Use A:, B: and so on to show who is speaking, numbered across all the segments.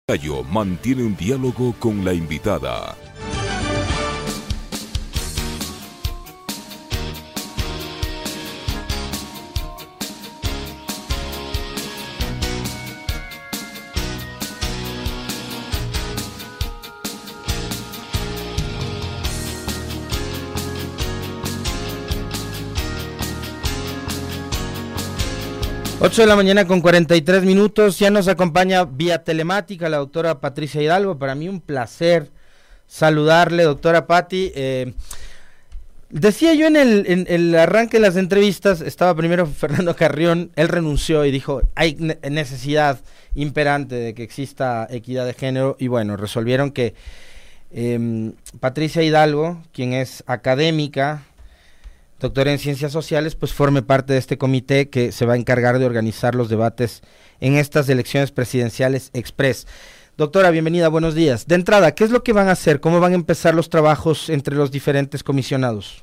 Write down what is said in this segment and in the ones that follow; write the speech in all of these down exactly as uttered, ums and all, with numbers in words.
A: Gallo mantiene un diálogo con la invitada.
B: ocho de la mañana con cuarenta y tres minutos, ya nos acompaña vía telemática la doctora Patricia Hidalgo. Para mí un placer saludarle, doctora Pati. Eh, decía yo en el, en el arranque de las entrevistas, estaba primero Fernando Carrión, él renunció y dijo, hay ne- necesidad imperante de que exista equidad de género, y bueno, resolvieron que eh, Patricia Hidalgo, quien es académica, doctora en Ciencias Sociales, pues forme parte de este comité que se va a encargar de organizar los debates en estas elecciones presidenciales express. Doctora, bienvenida, buenos días. De entrada, ¿qué es lo que van a hacer? ¿Cómo van a empezar los trabajos entre los diferentes comisionados?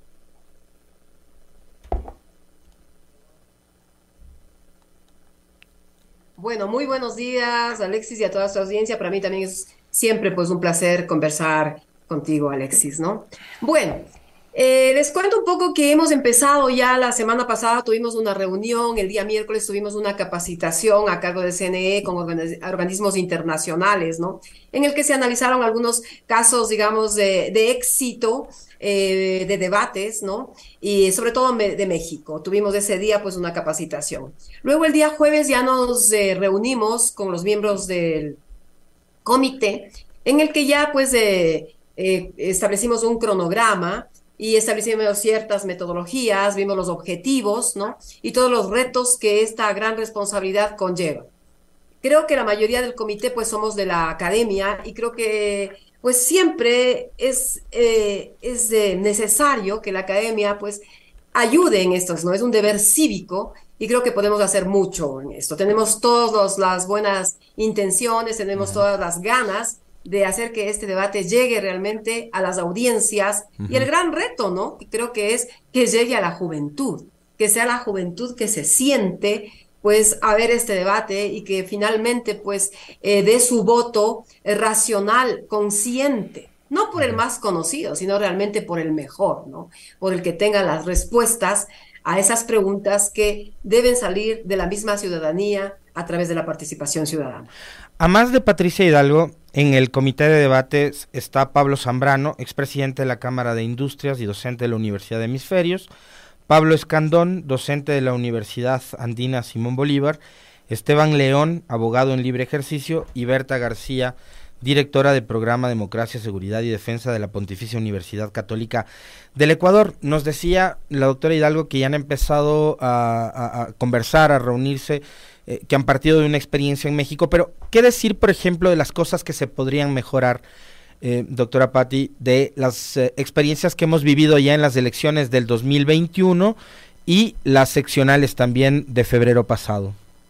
C: Bueno, muy buenos días, Alexis, y a toda su audiencia. Para mí también es siempre pues un placer conversar contigo, Alexis, ¿no? Bueno, Eh, les cuento un poco que hemos empezado ya la semana pasada, tuvimos una reunión, el día miércoles tuvimos una capacitación a cargo del C N E con organiz- organismos internacionales, ¿no? En el que se analizaron algunos casos, digamos, de, de éxito, eh, de debates, ¿no? Y sobre todo me- de México. Tuvimos ese día, pues, una capacitación. Luego el día jueves ya nos eh, reunimos con los miembros del comité, en el que ya, pues, eh, eh, establecimos un cronograma y establecimos ciertas metodologías, vimos los objetivos, ¿no? Y todos los retos que esta gran responsabilidad conlleva. Creo que la mayoría del comité, pues, somos de la academia y creo que, pues, siempre es, eh, es eh, necesario que la academia, pues, ayude en esto, ¿no? Es un deber cívico y creo que podemos hacer mucho en esto. Tenemos todas las buenas intenciones, tenemos todas las ganas de hacer que este debate llegue realmente a las audiencias uh-huh. Y el gran reto, ¿no? Que creo que es que llegue a la juventud, que sea la juventud que se siente, pues, a ver este debate y que finalmente, pues, eh, dé su voto eh, racional, consciente, no por el más conocido, sino realmente por el mejor, ¿no? Por el que tenga las respuestas a esas preguntas que deben salir de la misma ciudadanía a través de la participación ciudadana.
B: A más de Patricia Hidalgo, en el comité de debates está Pablo Zambrano, expresidente de la Cámara de Industrias y docente de la Universidad de Hemisferios, Pablo Escandón, docente de la Universidad Andina Simón Bolívar, Esteban León, abogado en libre ejercicio, y Berta García, directora del programa Democracia, Seguridad y Defensa de la Pontificia Universidad Católica del Ecuador. Nos decía la doctora Hidalgo que ya han empezado a, a, a conversar, a reunirse, eh, que han partido de una experiencia en México, pero ¿qué decir, por ejemplo, de las cosas que se podrían mejorar, eh, doctora Pati, de las eh, experiencias que hemos vivido ya en las elecciones del dos mil veintiuno y las seccionales también de febrero pasado?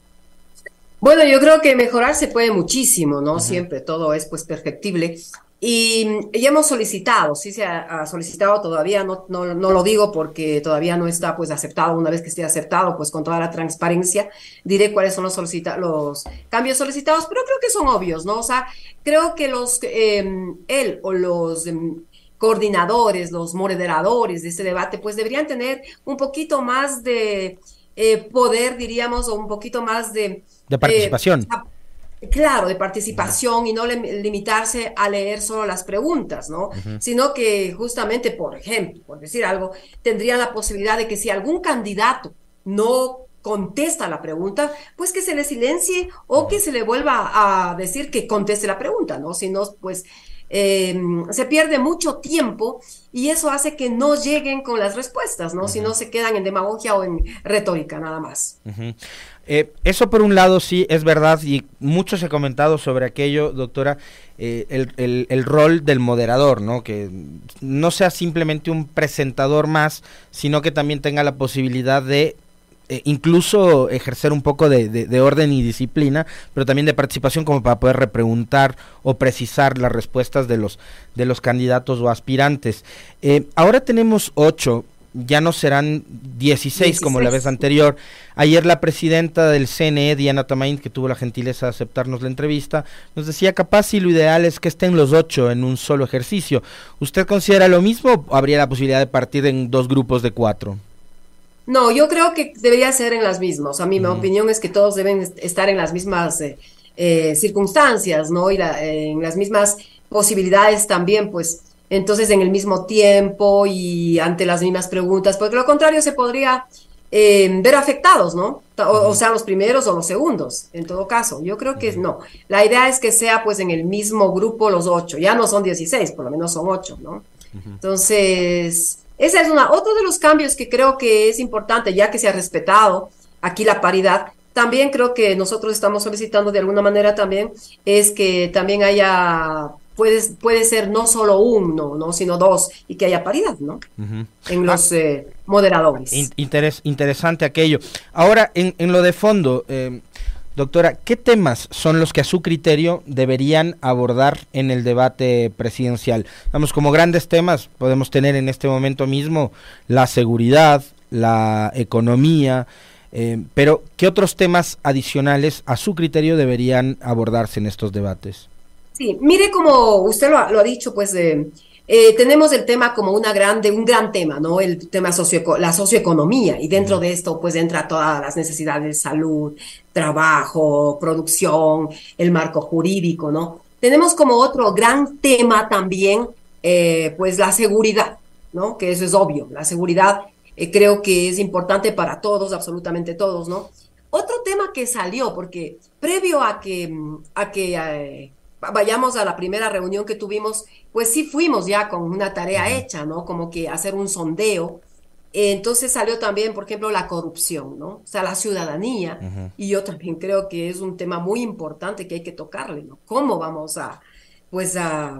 C: Bueno, yo creo que mejorar se puede muchísimo, ¿no? Uh-huh. Siempre todo es, pues, perfectible. Y ya hemos solicitado, sí se ha, ha solicitado todavía, no, no, no lo digo porque todavía no está, pues, aceptado. Una vez que esté aceptado, pues, con toda la transparencia, diré cuáles son los, solicita los cambios solicitados, pero creo que son obvios, ¿no? O sea, creo que los, eh, él o los eh, coordinadores, los moderadores de este debate, pues, deberían tener un poquito más de eh, poder, diríamos, o un poquito más de...
B: De participación.
C: Eh, claro, de participación uh-huh. Y no le, limitarse a leer solo las preguntas, ¿no? Uh-huh. Sino que justamente, por ejemplo, por decir algo, tendría la posibilidad de que si algún candidato no contesta la pregunta, pues que se le silencie o uh-huh. Que se le vuelva a decir que conteste la pregunta, ¿no? Si no, pues... Eh, se pierde mucho tiempo y eso hace que no lleguen con las respuestas, ¿no? Uh-huh. Si no se quedan en demagogia o en retórica nada más.
B: Uh-huh. Eh, eso por un lado sí es verdad y mucho se ha comentado sobre aquello, doctora, eh, el, el, el rol del moderador, ¿no? Que no sea simplemente un presentador más, sino que también tenga la posibilidad de Eh, incluso ejercer un poco de, de, de orden y disciplina, pero también de participación como para poder repreguntar o precisar las respuestas de los, de los candidatos o aspirantes. Eh, ahora tenemos ocho ya no serán dieciséis como la vez
C: dieciséis.
B: anterior. Ayer la presidenta del C N E, Diana Tamain, que tuvo la gentileza de aceptarnos la entrevista, nos decía capaz si lo ideal es que estén los ocho en un solo ejercicio. ¿Usted considera lo mismo o habría la posibilidad de partir en dos grupos de cuatro?
C: No, yo creo que debería ser en las mismas. A mí, mi
B: Ujú.
C: opinión es que todos deben est- estar en las mismas eh, eh, circunstancias, ¿no? Y la- eh, en las mismas posibilidades también, pues, entonces en el mismo tiempo y ante las mismas preguntas, porque lo contrario se podría eh, ver afectados, ¿no? Ta- O, o sea, los primeros o los segundos, en todo caso. Yo creo que no. La idea es que sea, pues, en el mismo grupo los ocho. Ya no son dieciséis, por lo menos son ocho, ¿no? Entonces, ese es una, otro de los cambios que creo que es importante, ya que se ha respetado aquí la paridad. También creo que nosotros estamos solicitando de alguna manera también es que también haya, puede, puede ser no solo uno, ¿no? Sino dos, y que haya paridad, ¿no?
B: Ujú.
C: En
B: Ah,
C: los eh, moderadores.
B: in- interes- interesante aquello. Ahora, en, en lo de fondo, eh, doctora, ¿qué temas son los que a su criterio deberían abordar en el debate presidencial? Vamos, como grandes temas podemos tener en este momento mismo la seguridad, la economía, eh, pero ¿qué otros temas adicionales a su criterio deberían abordarse en estos debates?
C: Sí, mire como usted lo ha, lo ha dicho, pues eh, eh, tenemos el tema como una grande, un gran tema, ¿no? El tema socioeco- la socioeconomía, y dentro de esto pues entra todas las necesidades de salud, trabajo, producción, el marco jurídico, ¿no? Tenemos como otro gran tema también, eh, pues la seguridad, ¿no? Que eso es obvio, la seguridad eh, creo que es importante para todos, absolutamente todos, ¿no? Otro tema que salió, porque previo a que, mm, a que eh, vayamos a la primera reunión que tuvimos, pues sí fuimos ya con una tarea hecha, ¿no? Como que hacer un sondeo. Eh, Entonces salió también, por ejemplo, la corrupción, ¿no? O sea, la ciudadanía.
B: Ujú.
C: Y yo también creo que es un tema muy importante que hay que tocarle, ¿no? ¿Cómo vamos a, pues, a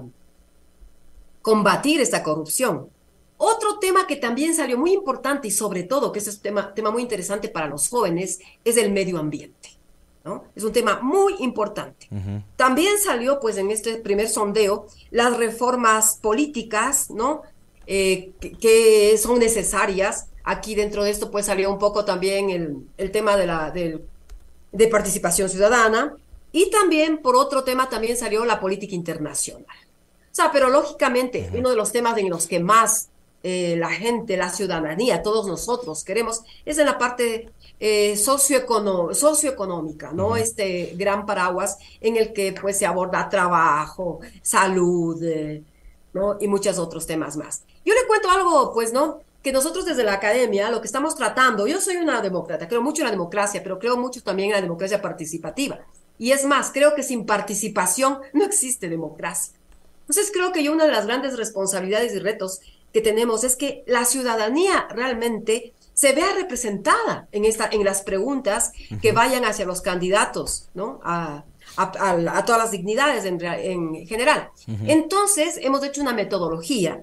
C: combatir esta corrupción? Otro tema que también salió muy importante y sobre todo, que es un tema, tema muy interesante para los jóvenes, es el medio ambiente, ¿no? Es un tema muy importante.
B: Ujú.
C: También salió, pues, en este primer sondeo, las reformas políticas, ¿no? Eh, que, que son necesarias. Aquí dentro de esto, pues, salió un poco también el, el tema de la, del, de participación ciudadana. Y también, por otro tema, también salió la política internacional. O sea, pero lógicamente, uno de los temas en los que más eh, la gente, la ciudadanía, todos nosotros queremos, es en la parte eh, socioecono- socioeconómica, ¿no?
B: Ujú.
C: Este gran paraguas en el que pues se aborda trabajo, salud, eh, ¿no? Y muchos otros temas más. Yo le cuento algo, pues, ¿no? Que nosotros desde la academia lo que estamos tratando, yo soy una demócrata, creo mucho en la democracia, pero creo mucho también en la democracia participativa. Y es más, creo que sin participación no existe democracia. Entonces creo que yo una de las grandes responsabilidades y retos que tenemos es que la ciudadanía realmente se vea representada en, esta, en las preguntas que vayan hacia los candidatos, ¿no? A, a, a, a todas las dignidades en, en general.
B: Ujú.
C: Entonces hemos hecho una metodología.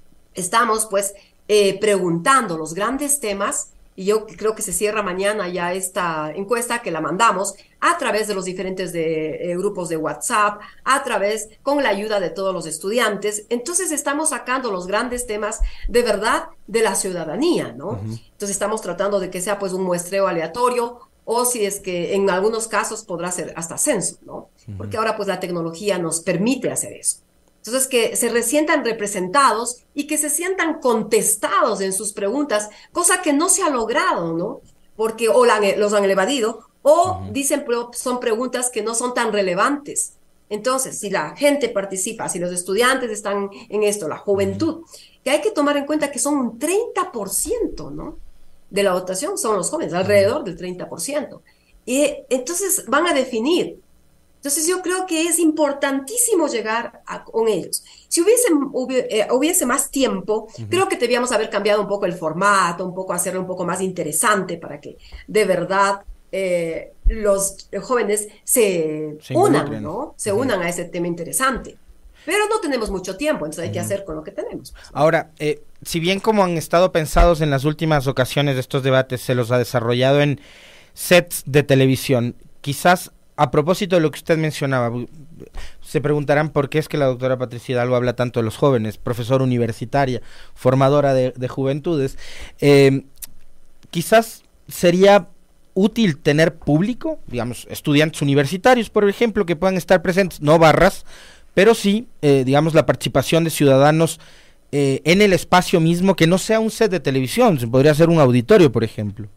C: Estamos pues eh, preguntando los grandes temas y yo creo que se cierra mañana ya esta encuesta que la mandamos a través de los diferentes de, eh, grupos de WhatsApp, a través, con la ayuda de todos los estudiantes. Entonces estamos sacando los grandes temas de verdad de la ciudadanía, ¿no? Uh-huh. Entonces estamos tratando de que sea pues un muestreo aleatorio o si es que en algunos casos podrá ser hasta censo, ¿no? Uh-huh. Porque ahora pues la tecnología nos permite hacer eso. Entonces, que se sientan representados y que se sientan contestados en sus preguntas, cosa que no se ha logrado, ¿no? Porque o la, los han evadido o uh-huh. dicen son preguntas que no son tan relevantes. Entonces, si la gente participa, si los estudiantes están en esto, la juventud, que hay que tomar en cuenta que son un treinta por ciento, ¿no? De la votación son los jóvenes, alrededor del treinta por ciento. Y entonces van a definir. Entonces yo creo que es importantísimo llegar a, con ellos. Si hubiese, hubiese, hubiese más tiempo, uh-huh. creo que debíamos haber cambiado un poco el formato, un poco hacerlo un poco más interesante para que de verdad eh, los jóvenes se, se unan, ¿no? Se uh-huh. unan a ese tema interesante. Pero no tenemos mucho tiempo, entonces hay uh-huh. que hacer con lo que tenemos. Pues, ¿no?
B: Ahora, eh, si bien como han estado pensados en las últimas ocasiones de estos debates, se los ha desarrollado en sets de televisión, quizás a propósito de lo que usted mencionaba, se preguntarán por qué es que la doctora Patricia Hidalgo habla tanto de los jóvenes, profesora universitaria, formadora de, de juventudes. Eh, quizás sería útil tener público, digamos, estudiantes universitarios, por ejemplo, que puedan estar presentes, no barras, pero sí, eh, digamos, la participación de ciudadanos eh, en el espacio mismo, que no sea un set de televisión, se podría ser un auditorio, por ejemplo.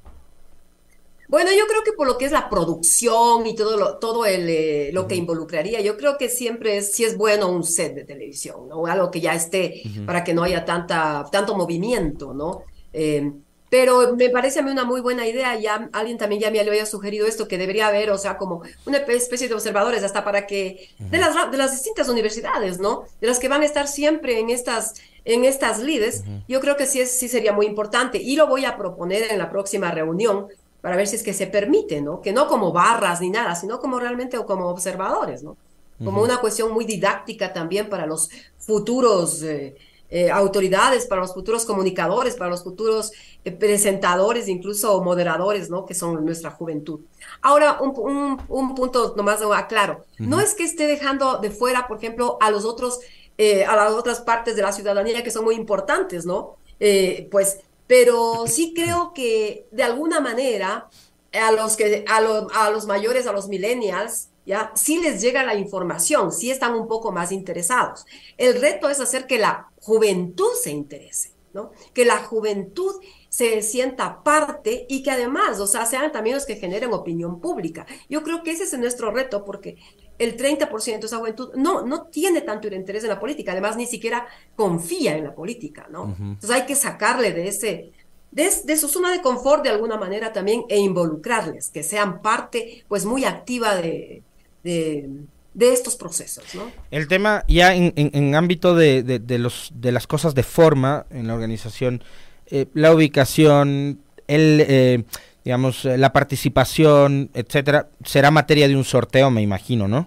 C: Bueno, yo creo que por lo que es la producción y todo lo, todo el, eh, lo
B: Uh-huh.
C: que involucraría, yo creo que siempre es, sí es bueno un set de televisión, ¿no? Algo que ya esté
B: Uh-huh.
C: para que no haya tanta, tanto movimiento, ¿no? Eh, pero me parece a mí una muy buena idea, ya alguien también ya me había sugerido esto, que debería haber, o sea, como una especie de observadores hasta para que, de
B: Uh-huh.
C: las, de las distintas universidades, ¿no? De las que van a estar siempre en estas, en estas lides,
B: Uh-huh.
C: yo creo que sí, es, sí sería muy importante y lo voy a proponer en la próxima reunión para ver si es que se permite, ¿no? Que no como barras ni nada, sino como realmente o como observadores, ¿no? Como
B: Uh-huh.
C: una cuestión muy didáctica también para los futuros eh, eh, autoridades, para los futuros comunicadores, para los futuros eh, presentadores, incluso moderadores, ¿no? Que son nuestra juventud. Ahora, un, un, un punto nomás aclaro.
B: Uh-huh.
C: No es que esté dejando de fuera, por ejemplo, a los otros, eh, a las otras partes de la ciudadanía que son muy importantes, ¿no? Eh, pues pero sí creo que de alguna manera a los que a, lo, a los mayores, a los millennials, ya sí les llega la información, sí están un poco más interesados. El reto es hacer que la juventud se interese, ¿no? Que la juventud se sienta parte y que además, o sea, sean también los que generen opinión pública. Yo creo que ese es nuestro reto porque el treinta por ciento de esa juventud no, no tiene tanto interés en la política, además ni siquiera confía en la política, ¿no? Uh-huh. Entonces hay que sacarle de ese, de, de su zona de confort de alguna manera también e involucrarles, que sean parte pues muy activa de, de, de estos procesos, ¿no?
B: El tema ya en, en, en ámbito de, de, de, los, de las cosas de forma en la organización, eh, la ubicación, el... Eh, digamos, la participación, etcétera, será materia de un sorteo, me imagino, ¿no?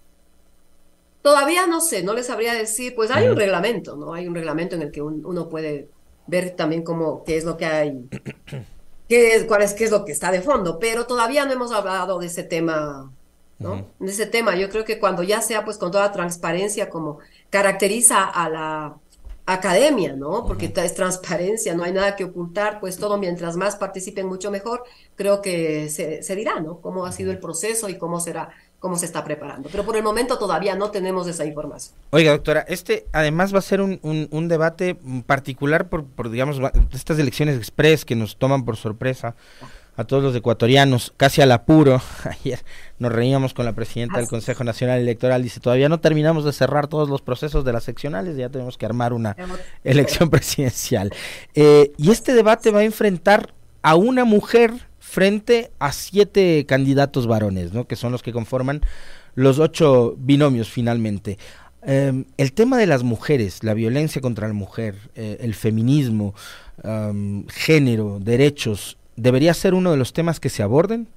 C: Todavía no sé, no les sabría decir, pues hay uh-huh. un reglamento, ¿no? Hay un reglamento en el que un, uno puede ver también cómo, qué es lo que hay, qué es, cuál es, qué es lo que está de fondo, pero todavía no hemos hablado de ese tema, ¿no? Uh-huh. De ese tema, yo creo que cuando ya sea, pues con toda transparencia, como caracteriza a la academia, ¿no? Porque uh-huh. es transparencia, no hay nada que ocultar, pues todo mientras más participen mucho mejor, creo que se, se dirá, ¿no? Cómo ha sido el proceso y cómo será, cómo se está preparando. Pero por el momento todavía no tenemos esa información.
B: Oiga, doctora, este además va a ser un, un, un debate particular por, por, digamos, estas elecciones express que nos toman por sorpresa a todos los ecuatorianos, casi al apuro. Ayer nos reíamos con la presidenta del Consejo Nacional Electoral, dice, todavía no terminamos de cerrar todos los procesos de las seccionales, ya tenemos que armar una elección presidencial. Eh, y este debate va a enfrentar a una mujer frente a siete candidatos varones, ¿no? Que son los que conforman los ocho binomios finalmente. Eh, el tema de las mujeres, la violencia contra la mujer, eh, el feminismo, um, género, derechos, ¿debería ser uno de los temas que se aborden?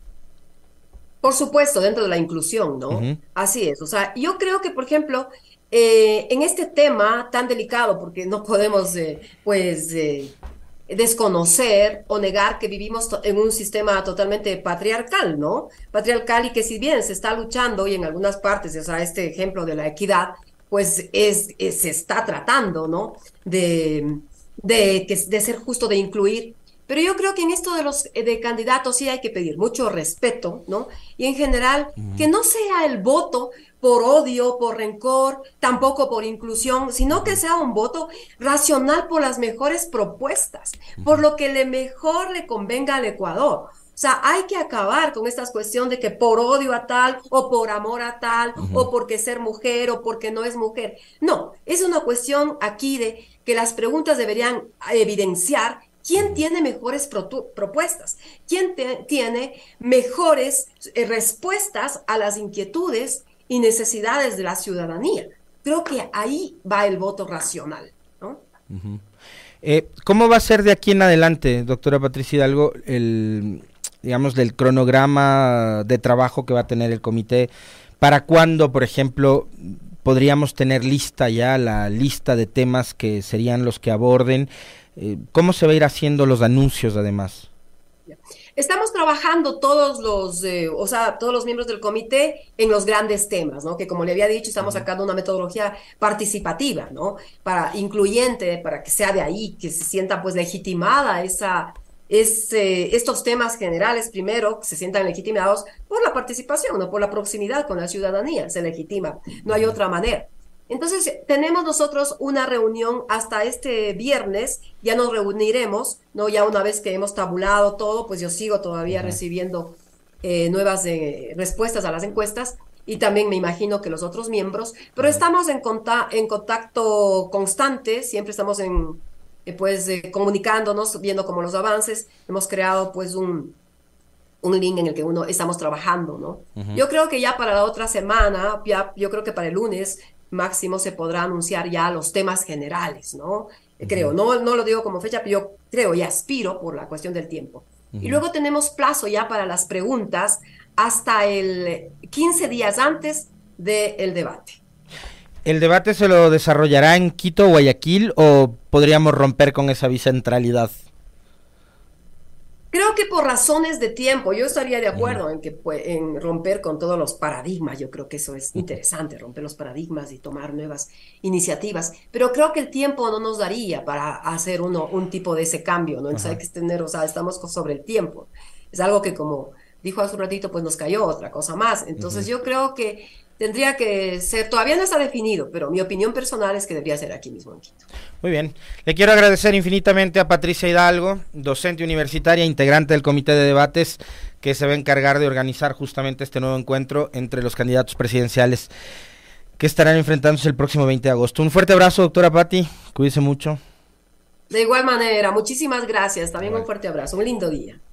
C: Por supuesto, dentro de la inclusión, ¿no? Uh-huh. Así es. O sea, yo creo que, por ejemplo, eh, en este tema tan delicado, porque no podemos, eh, pues, eh, desconocer o negar que vivimos en un sistema totalmente patriarcal, ¿no? Patriarcal y que si bien se está luchando y en algunas partes, o sea, este ejemplo de la equidad, pues es, es se está tratando, ¿no? De, de, de, de ser justo, de incluir. Pero yo creo que en esto de los de candidatos sí hay que pedir mucho respeto, ¿no? Y en general, uh-huh. que no sea el voto por odio, por rencor, tampoco por inclusión, sino que sea un voto racional por las mejores propuestas, uh-huh. por lo que le mejor le convenga al Ecuador. O sea, hay que acabar con esta cuestión de que por odio a tal, o por amor a tal, uh-huh. o porque ser mujer, o porque no es mujer. No, es una cuestión aquí de que las preguntas deberían evidenciar ¿quién tiene mejores pro propuestas? ¿Quién te tiene mejores eh, respuestas a las inquietudes y necesidades de la ciudadanía? Creo que ahí va el voto racional, ¿no?
B: Uh-huh. eh, ¿Cómo va a ser de aquí en adelante, doctora Patricia Hidalgo, el, digamos, del cronograma de trabajo que va a tener el comité? ¿Para cuándo, por ejemplo, podríamos tener lista ya la lista de temas que serían los que aborden? ¿Cómo se va a ir haciendo los anuncios además?
C: Estamos trabajando todos los, eh, o sea, todos los miembros del comité en los grandes temas, ¿no? Que como le había dicho, estamos sacando una metodología participativa, ¿no? Para incluyente, para que sea de ahí, que se sienta pues legitimada esa, ese, estos temas generales primero, que se sientan legitimados por la participación, no por la proximidad con la ciudadanía, se legitima, no hay otra manera. Entonces, tenemos nosotros una reunión hasta este viernes, ya nos reuniremos, ¿no? Ya una vez que hemos tabulado todo, pues yo sigo todavía uh-huh. recibiendo eh, nuevas eh, respuestas a las encuestas y también me imagino que los otros miembros, pero uh-huh. estamos en, conta en contacto constante, siempre estamos en, eh, pues, eh, comunicándonos, viendo como los avances, hemos creado pues un... un link en el que uno estamos trabajando, ¿no? Uh-huh. Yo creo que ya para la otra semana, ya, yo creo que para el lunes máximo se podrá anunciar ya los temas generales, ¿no? Uh-huh. Creo, no, no lo digo como fecha, pero yo creo y aspiro por la cuestión del tiempo. Uh-huh. Y luego tenemos plazo ya para las preguntas hasta el quince días antes del debate.
B: ¿El debate se lo desarrollará en Quito, Guayaquil, o podríamos romper con esa bicentralidad?
C: Creo que por razones de tiempo, yo estaría de acuerdo uh-huh. en que pues, en romper con todos los paradigmas, yo creo que eso es interesante, romper los paradigmas y tomar nuevas iniciativas, pero creo que el tiempo no nos daría para hacer uno, un tipo de ese cambio, ¿no? Entonces uh-huh. hay que tener, o sea, estamos sobre el tiempo, es algo que como dijo hace un ratito, pues nos cayó otra cosa más, entonces uh-huh. yo creo que tendría que ser, todavía no está definido, pero mi opinión personal es que debería ser aquí mismo en Quito.
B: Muy bien, le quiero agradecer infinitamente a Patricia Hidalgo, docente universitaria, integrante del comité de debates, que se va a encargar de organizar justamente este nuevo encuentro entre los candidatos presidenciales que estarán enfrentándose el próximo veinte de agosto. Un fuerte abrazo, doctora Pati, cuídese mucho.
C: De igual manera, muchísimas gracias, también bueno. un fuerte abrazo, un lindo día.